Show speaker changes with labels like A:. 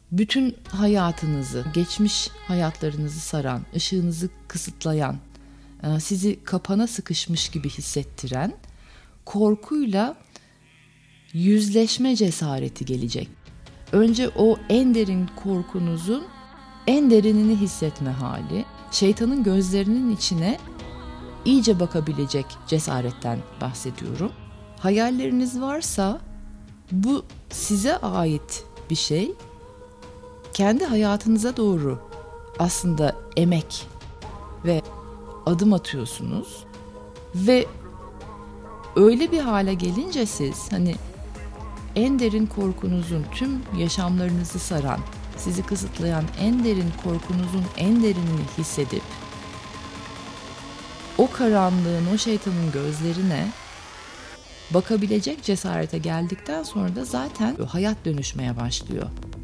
A: bütün hayatınızı, geçmiş hayatlarınızı saran, ışığınızı kısıtlayan, sizi kapana sıkışmış gibi hissettiren korkuyla yüzleşme cesareti gelecek. Önce o en derin korkunuzun en derinini hissetme hali, şeytanın gözlerinin içine iyice bakabilecek cesaretten bahsediyorum. Hayalleriniz varsa bu size ait bir şey. Kendi hayatınıza doğru aslında emek ve adım atıyorsunuz ve öyle bir hale gelince siz hani en derin korkunuzun, tüm yaşamlarınızı saran, sizi kısıtlayan en derin korkunuzun en derinini hissedip o karanlığın, o şeytanın gözlerine bakabilecek cesarete geldikten sonra da zaten hayat dönüşmeye başlıyor.